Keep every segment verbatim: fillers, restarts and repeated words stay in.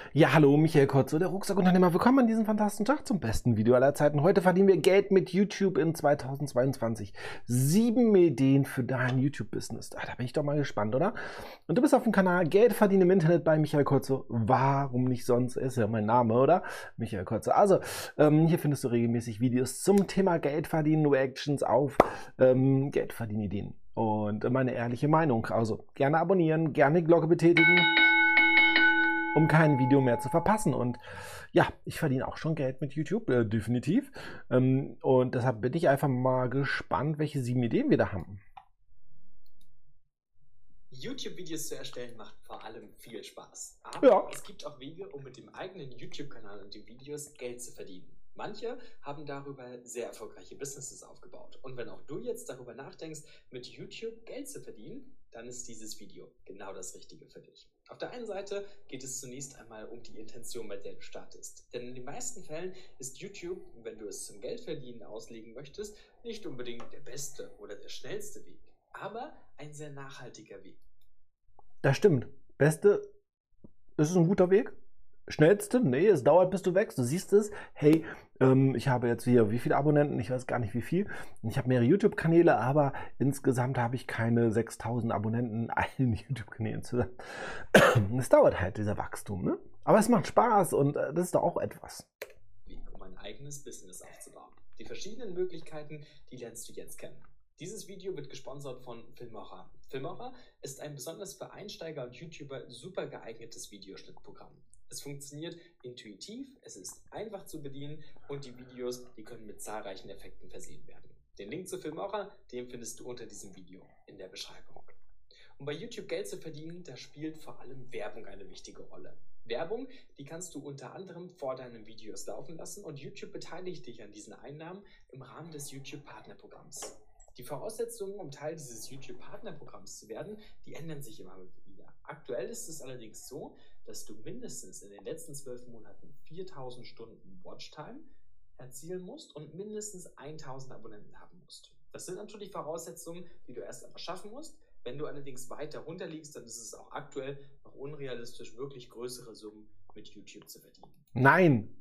Ja, hallo, Michael Kotzo, der Rucksackunternehmer. Willkommen an diesem fantastischen Tag zum besten Video aller Zeiten. Heute verdienen wir Geld mit YouTube in zweitausendzweiundzwanzig. Sieben Ideen für dein YouTube-Business. Ah, da bin ich doch mal gespannt, oder? Und du bist auf dem Kanal Geld verdienen im Internet bei Michael Kotzo. Warum nicht sonst? Ist ja mein Name, oder? Michael Kotzo. Also, ähm, hier findest du regelmäßig Videos zum Thema Geld verdienen, Reactions auf ähm, Geld verdienen Ideen. Und meine ehrliche Meinung. Also, gerne abonnieren, gerne die Glocke betätigen, um kein Video mehr zu verpassen. Und ja, ich verdiene auch schon Geld mit YouTube, äh, definitiv. Ähm, und deshalb bin ich einfach mal gespannt, welche sieben Ideen wir da haben. YouTube-Videos zu erstellen macht vor allem viel Spaß. Aber Ja. es gibt auch Wege, um mit dem eigenen YouTube-Kanal und den Videos Geld zu verdienen. Manche haben darüber sehr erfolgreiche Businesses aufgebaut. Und wenn auch du jetzt darüber nachdenkst, mit YouTube Geld zu verdienen, dann ist dieses Video genau das Richtige für dich. Auf der einen Seite geht es zunächst einmal um die Intention, bei der du startest. Denn in den meisten Fällen ist YouTube, wenn du es zum Geldverdienen auslegen möchtest, nicht unbedingt der beste oder der schnellste Weg, aber ein sehr nachhaltiger Weg. Das stimmt. Beste, ist es ein guter Weg? Schnellste? Nee, es dauert, bis du wächst. Du siehst es. Hey, ähm, ich habe jetzt hier wie viele Abonnenten? Ich weiß gar nicht wie viel. Ich habe mehrere YouTube-Kanäle, aber insgesamt habe ich keine sechstausend Abonnenten in allen YouTube-Kanälen zusammen. Es dauert halt, dieser Wachstum, ne? Aber es macht Spaß und äh, das ist doch auch etwas. Weg, um ein eigenes Business aufzubauen. Die verschiedenen Möglichkeiten, die lernst du jetzt kennen. Dieses Video wird gesponsert von Filmora. Filmora ist ein besonders für Einsteiger und YouTuber super geeignetes Videoschnittprogramm. Es funktioniert intuitiv, es ist einfach zu bedienen und die Videos, die können mit zahlreichen Effekten versehen werden. Den Link zu Filmora, den findest du unter diesem Video in der Beschreibung. Um bei YouTube Geld zu verdienen, da spielt vor allem Werbung eine wichtige Rolle. Werbung, die kannst du unter anderem vor deinen Videos laufen lassen und YouTube beteiligt dich an diesen Einnahmen im Rahmen des YouTube-Partnerprogramms. Die Voraussetzungen, um Teil dieses YouTube-Partnerprogramms zu werden, die ändern sich immer wieder. Aktuell ist es allerdings so, dass du mindestens in den letzten zwölf Monaten viertausend Stunden Watchtime erzielen musst und mindestens tausend Abonnenten haben musst. Das sind natürlich Voraussetzungen, die du erst einmal schaffen musst. Wenn du allerdings weiter runter liegst, dann ist es auch aktuell noch unrealistisch, wirklich größere Summen mit YouTube zu verdienen. Nein!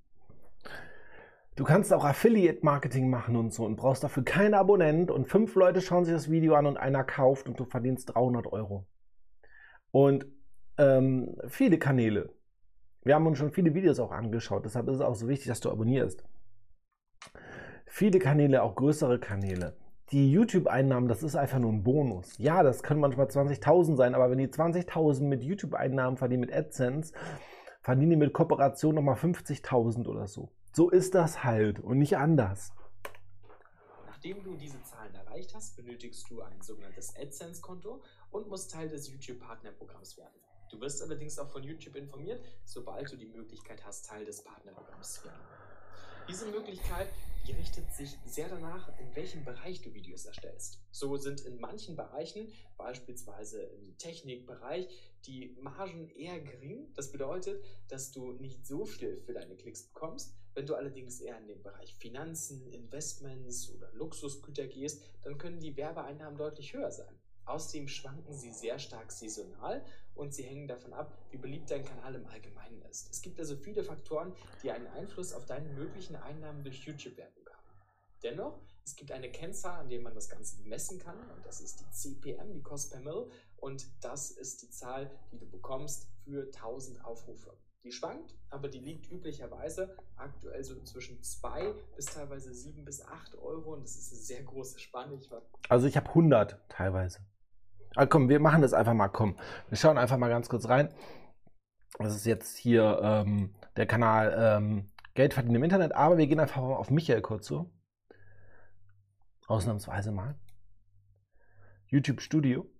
Du kannst auch Affiliate-Marketing machen und so und brauchst dafür keinen Abonnent und fünf Leute schauen sich das Video an und einer kauft und du verdienst dreihundert Euro. Und ähm, viele Kanäle. Wir haben uns schon viele Videos auch angeschaut, deshalb ist es auch so wichtig, dass du abonnierst. Viele Kanäle, auch größere Kanäle. Die YouTube-Einnahmen, das ist einfach nur ein Bonus. Ja, das können manchmal zwanzigtausend sein, aber wenn die zwanzigtausend mit YouTube-Einnahmen verdienen, mit AdSense, verdienen die mit Kooperation nochmal fünfzigtausend oder so. So ist das halt und nicht anders. Nachdem du diese Zahlen erreicht hast, benötigst du ein sogenanntes AdSense-Konto und musst Teil des YouTube-Partnerprogramms werden. Du wirst allerdings auch von YouTube informiert, sobald du die Möglichkeit hast, Teil des Partnerprogramms zu werden. Diese Möglichkeit, die richtet sich sehr danach, in welchem Bereich du Videos erstellst. So sind in manchen Bereichen, beispielsweise im Technikbereich, die Margen eher gering. Das bedeutet, dass du nicht so viel für deine Klicks bekommst. Wenn du allerdings eher in den Bereich Finanzen, Investments oder Luxusgüter gehst, dann können die Werbeeinnahmen deutlich höher sein. Außerdem schwanken sie sehr stark saisonal und sie hängen davon ab, wie beliebt dein Kanal im Allgemeinen ist. Es gibt also viele Faktoren, die einen Einfluss auf deine möglichen Einnahmen durch YouTube-Werbung haben. Dennoch, es gibt eine Kennzahl, an der man das Ganze messen kann, und das ist die C P M, die Cost per Mille, und das ist die Zahl, die du bekommst für tausend Aufrufe. Die schwankt, aber die liegt üblicherweise aktuell so zwischen zwei bis teilweise sieben bis acht Euro und das ist eine sehr große Spanne. Ich war Also ich habe hundert teilweise. Aber komm, wir machen das einfach mal, komm. Wir schauen einfach mal ganz kurz rein. Das ist jetzt hier ähm, der Kanal ähm, Geld verdienen im Internet, aber wir gehen einfach mal auf Michael Kotzo. Ausnahmsweise mal. YouTube Studio.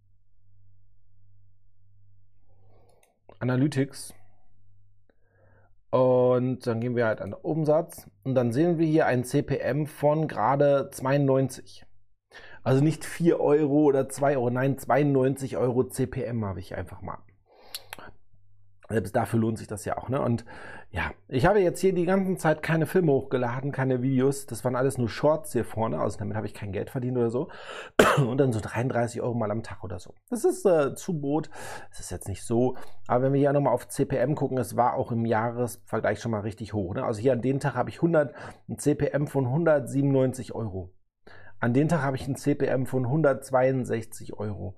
Analytics. Und dann gehen wir halt an Umsatz und dann sehen wir hier ein C P M von gerade zweiundneunzig. Also nicht vier Euro oder zwei Euro, nein, zweiundneunzig Euro C P M habe ich einfach mal. Selbst dafür lohnt sich das ja auch, ne? Und ja, ich habe jetzt hier die ganze Zeit keine Filme hochgeladen, keine Videos. Das waren alles nur Shorts hier vorne. Also damit habe ich kein Geld verdient oder so. Und dann so dreiunddreißig Euro mal am Tag oder so. Das ist äh, zu Brot. Das ist jetzt nicht so. Aber wenn wir hier nochmal auf C P M gucken, es war auch im Jahresvergleich schon mal richtig hoch, ne? Also hier an dem Tag habe ich hundert, ein C P M von hundertsiebenundneunzig Euro. An dem Tag habe ich ein C P M von hundertzweiundsechzig Euro.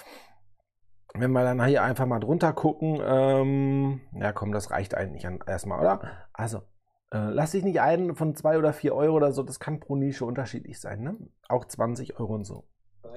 Wenn wir dann hier einfach mal drunter gucken, ähm, ja komm, das reicht eigentlich erstmal, oder? Also, äh, lass dich nicht ein von zwei oder vier Euro oder so, das kann pro Nische unterschiedlich sein, ne? Auch zwanzig Euro und so.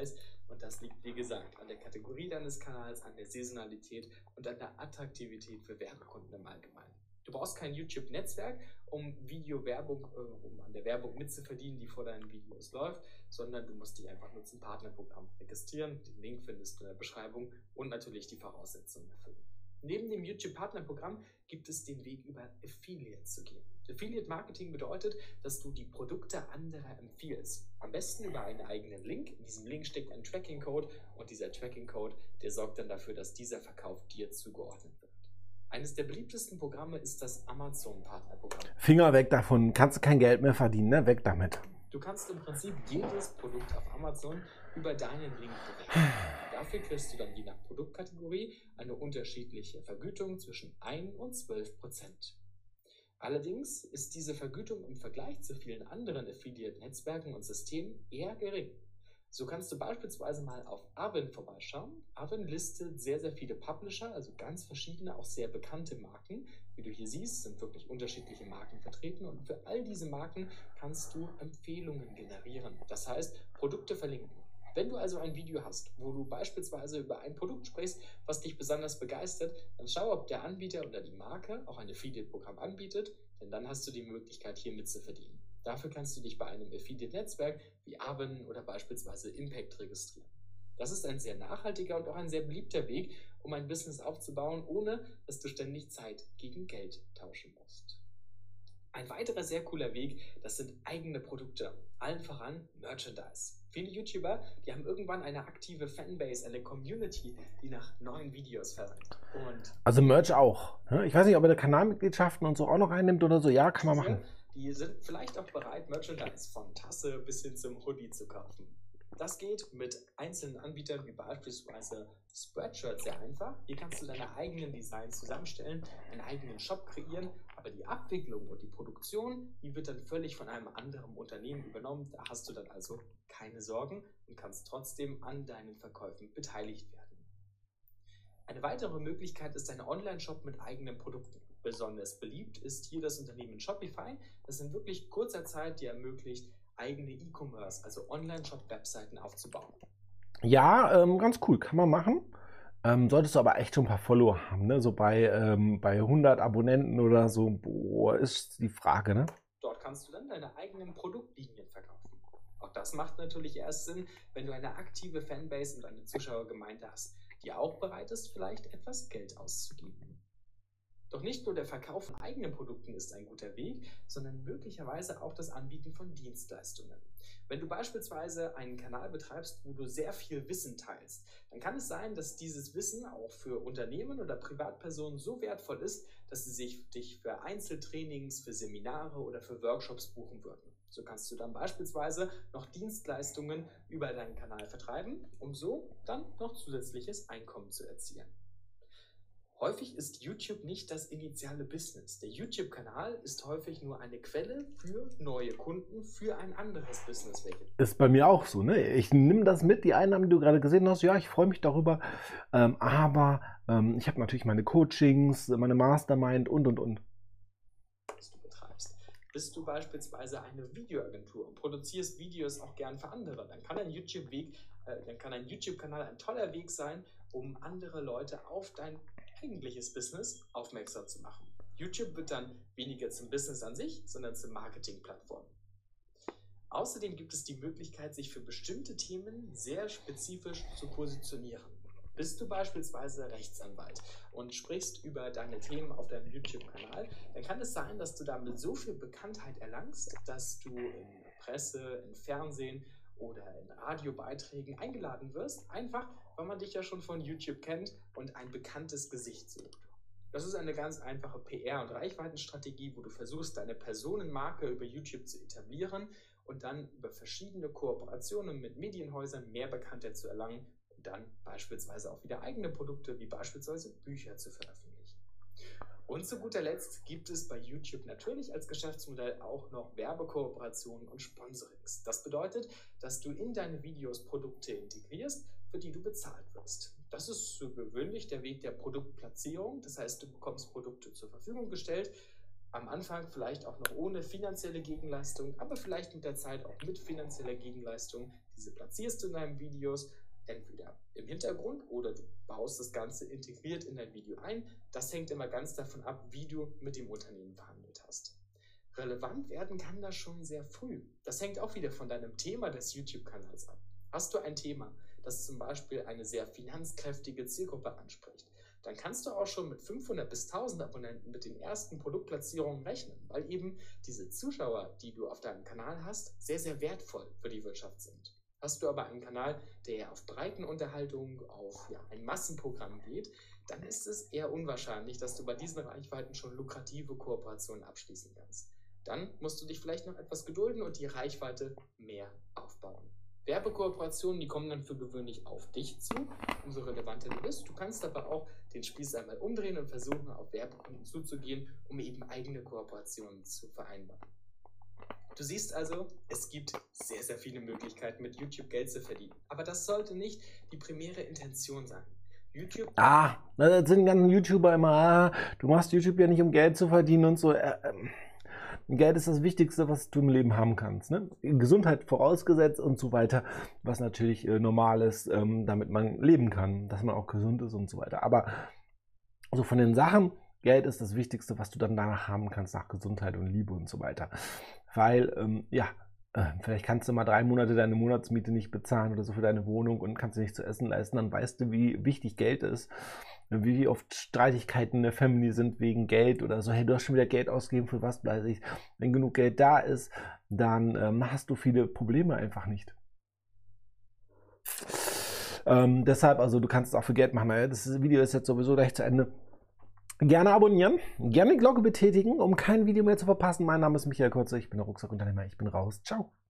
Und das liegt, wie gesagt, an der Kategorie deines Kanals, an der Saisonalität und an der Attraktivität für Werbekunden im Allgemeinen. Du brauchst kein YouTube-Netzwerk, um Videowerbung, äh, um an der Werbung mitzuverdienen, die vor deinen Videos läuft, sondern du musst dich einfach nur zum Partnerprogramm registrieren. Den Link findest du in der Beschreibung und natürlich die Voraussetzungen erfüllen. Neben dem YouTube-Partnerprogramm gibt es den Weg, über Affiliate zu gehen. Affiliate-Marketing bedeutet, dass du die Produkte anderer empfiehlst. Am besten über einen eigenen Link. In diesem Link steckt ein Tracking-Code und dieser Tracking-Code, der sorgt dann dafür, dass dieser Verkauf dir zugeordnet wird. Eines der beliebtesten Programme ist das Amazon-Partnerprogramm. Finger weg davon, kannst du kein Geld mehr verdienen, ne? Weg damit. Du kannst im Prinzip jedes Produkt auf Amazon über deinen Link bewerben. Dafür kriegst du dann je nach Produktkategorie eine unterschiedliche Vergütung zwischen ein und zwölf Prozent. Allerdings ist diese Vergütung im Vergleich zu vielen anderen Affiliate-Netzwerken und Systemen eher gering. So kannst du beispielsweise mal auf Avin vorbeischauen. Avin listet sehr, sehr viele Publisher, also ganz verschiedene, auch sehr bekannte Marken. Wie du hier siehst, sind wirklich unterschiedliche Marken vertreten und für all diese Marken kannst du Empfehlungen generieren. Das heißt, Produkte verlinken. Wenn du also ein Video hast, wo du beispielsweise über ein Produkt sprichst, was dich besonders begeistert, dann schau, ob der Anbieter oder die Marke auch ein Affiliate-Programm anbietet, denn dann hast du die Möglichkeit, hier mitzuverdienen. Dafür kannst du dich bei einem Affiliate-Netzwerk wie Avin oder beispielsweise Impact registrieren. Das ist ein sehr nachhaltiger und auch ein sehr beliebter Weg, um ein Business aufzubauen, ohne dass du ständig Zeit gegen Geld tauschen musst. Ein weiterer sehr cooler Weg, das sind eigene Produkte, allen voran Merchandise. Viele YouTuber, die haben irgendwann eine aktive Fanbase, eine Community, die nach neuen Videos verlangt. Und also Merch auch. Ich weiß nicht, ob er Kanalmitgliedschaften und so auch noch einnimmt oder so. Ja, kann man machen. Die sind vielleicht auch bereit, Merchandise von Tasse bis hin zum Hoodie zu kaufen. Das geht mit einzelnen Anbietern wie beispielsweise Spreadshirt sehr einfach. Hier kannst du deine eigenen Designs zusammenstellen, einen eigenen Shop kreieren, aber die Abwicklung und die Produktion, die wird dann völlig von einem anderen Unternehmen übernommen. Da hast du dann also keine Sorgen und kannst trotzdem an deinen Verkäufen beteiligt werden. Eine weitere Möglichkeit ist ein Online-Shop mit eigenen Produkten. Besonders beliebt ist hier das Unternehmen Shopify, das in wirklich kurzer Zeit dir ermöglicht, eigene E-Commerce, also Online-Shop-Webseiten aufzubauen. Ja, ähm, ganz cool, kann man machen. Ähm, solltest du aber echt schon ein paar Follower haben, ne? So bei, ähm, bei hundert Abonnenten oder so, boah, ist die Frage, ne? Dort kannst du dann deine eigenen Produktlinien verkaufen. Auch das macht natürlich erst Sinn, wenn du eine aktive Fanbase und eine Zuschauergemeinde hast, die auch bereit ist, vielleicht etwas Geld auszugeben. Doch nicht nur der Verkauf von eigenen Produkten ist ein guter Weg, sondern möglicherweise auch das Anbieten von Dienstleistungen. Wenn du beispielsweise einen Kanal betreibst, wo du sehr viel Wissen teilst, dann kann es sein, dass dieses Wissen auch für Unternehmen oder Privatpersonen so wertvoll ist, dass sie sich dich für Einzeltrainings, für Seminare oder für Workshops buchen würden. So kannst du dann beispielsweise noch Dienstleistungen über deinen Kanal vertreiben, um so dann noch zusätzliches Einkommen zu erzielen. Häufig ist YouTube nicht das initiale Business. Der YouTube-Kanal ist häufig nur eine Quelle für neue Kunden, für ein anderes Business. Ist bei mir auch so, ne? Ich nehme das mit, die Einnahmen, die du gerade gesehen hast, ja, ich freue mich darüber, ähm, aber ähm, ich habe natürlich meine Coachings, meine Mastermind und, und, und. Was du betreibst. Bist du beispielsweise eine Videoagentur und produzierst Videos auch gern für andere, dann kann ein YouTube-Weg, äh, dann kann ein YouTube-Kanal ein toller Weg sein, um andere Leute auf dein eigentliches Business aufmerksam zu machen. YouTube wird dann weniger zum Business an sich, sondern zur Marketingplattform. Außerdem gibt es die Möglichkeit, sich für bestimmte Themen sehr spezifisch zu positionieren. Bist du beispielsweise Rechtsanwalt und sprichst über deine Themen auf deinem YouTube-Kanal, dann kann es sein, dass du damit so viel Bekanntheit erlangst, dass du in Presse, in Fernsehen oder in Radiobeiträgen eingeladen wirst, einfach weil man dich ja schon von YouTube kennt und ein bekanntes Gesicht sucht. Das ist eine ganz einfache P R- und Reichweitenstrategie, wo du versuchst, deine Personenmarke über YouTube zu etablieren und dann über verschiedene Kooperationen mit Medienhäusern mehr Bekanntheit zu erlangen und dann beispielsweise auch wieder eigene Produkte wie beispielsweise Bücher zu veröffentlichen. Und zu guter Letzt gibt es bei YouTube natürlich als Geschäftsmodell auch noch Werbekooperationen und Sponsorings. Das bedeutet, dass du in deine Videos Produkte integrierst, für die du bezahlt wirst. Das ist für gewöhnlich der Weg der Produktplatzierung. Das heißt, du bekommst Produkte zur Verfügung gestellt, am Anfang vielleicht auch noch ohne finanzielle Gegenleistung, aber vielleicht mit der Zeit auch mit finanzieller Gegenleistung. Diese platzierst du in deinen Videos, entweder im Hintergrund oder du baust das Ganze integriert in dein Video ein. Das hängt immer ganz davon ab, wie du mit dem Unternehmen verhandelt hast. Relevant werden kann das schon sehr früh. Das hängt auch wieder von deinem Thema des YouTube-Kanals ab. Hast du ein Thema, das zum Beispiel eine sehr finanzkräftige Zielgruppe anspricht, dann kannst du auch schon mit fünfhundert bis tausend Abonnenten mit den ersten Produktplatzierungen rechnen, weil eben diese Zuschauer, die du auf deinem Kanal hast, sehr, sehr wertvoll für die Wirtschaft sind. Hast du aber einen Kanal, der auf Breitenunterhaltung, auf ja, ein Massenprogramm geht, dann ist es eher unwahrscheinlich, dass du bei diesen Reichweiten schon lukrative Kooperationen abschließen kannst. Dann musst du dich vielleicht noch etwas gedulden und die Reichweite mehr aufbauen. Werbekooperationen, die kommen dann für gewöhnlich auf dich zu, umso relevanter du bist. Du kannst aber auch den Spieß einmal umdrehen und versuchen, auf Werbekunden zuzugehen, um eben eigene Kooperationen zu vereinbaren. Du siehst also, es gibt sehr, sehr viele Möglichkeiten, mit YouTube Geld zu verdienen. Aber das sollte nicht die primäre Intention sein. YouTube... Ah, das sind die ganzen YouTuber immer, ah, du machst YouTube ja nicht, um Geld zu verdienen und so. Äh, äh, Geld ist das Wichtigste, was du im Leben haben kannst. Ne? Gesundheit vorausgesetzt und so weiter, was natürlich äh, normal ist, ähm, damit man leben kann, dass man auch gesund ist und so weiter. Aber so von den Sachen, Geld ist das Wichtigste, was du dann danach haben kannst, nach Gesundheit und Liebe und so weiter. Weil, ähm, ja, äh, vielleicht kannst du mal drei Monate deine Monatsmiete nicht bezahlen oder so für deine Wohnung und kannst dir nicht zu essen leisten, dann weißt du, wie wichtig Geld ist, wie oft Streitigkeiten in der Family sind wegen Geld oder so. Hey, du hast schon wieder Geld ausgegeben, für was weiß ich. Wenn genug Geld da ist, dann ähm, hast du viele Probleme einfach nicht. Ähm, deshalb, also du kannst es auch für Geld machen. Das Video ist jetzt sowieso gleich zu Ende. Gerne abonnieren, gerne die Glocke betätigen, um kein Video mehr zu verpassen. Mein Name ist Michael Kurze, ich bin der Rucksackunternehmer, ich bin raus. Ciao.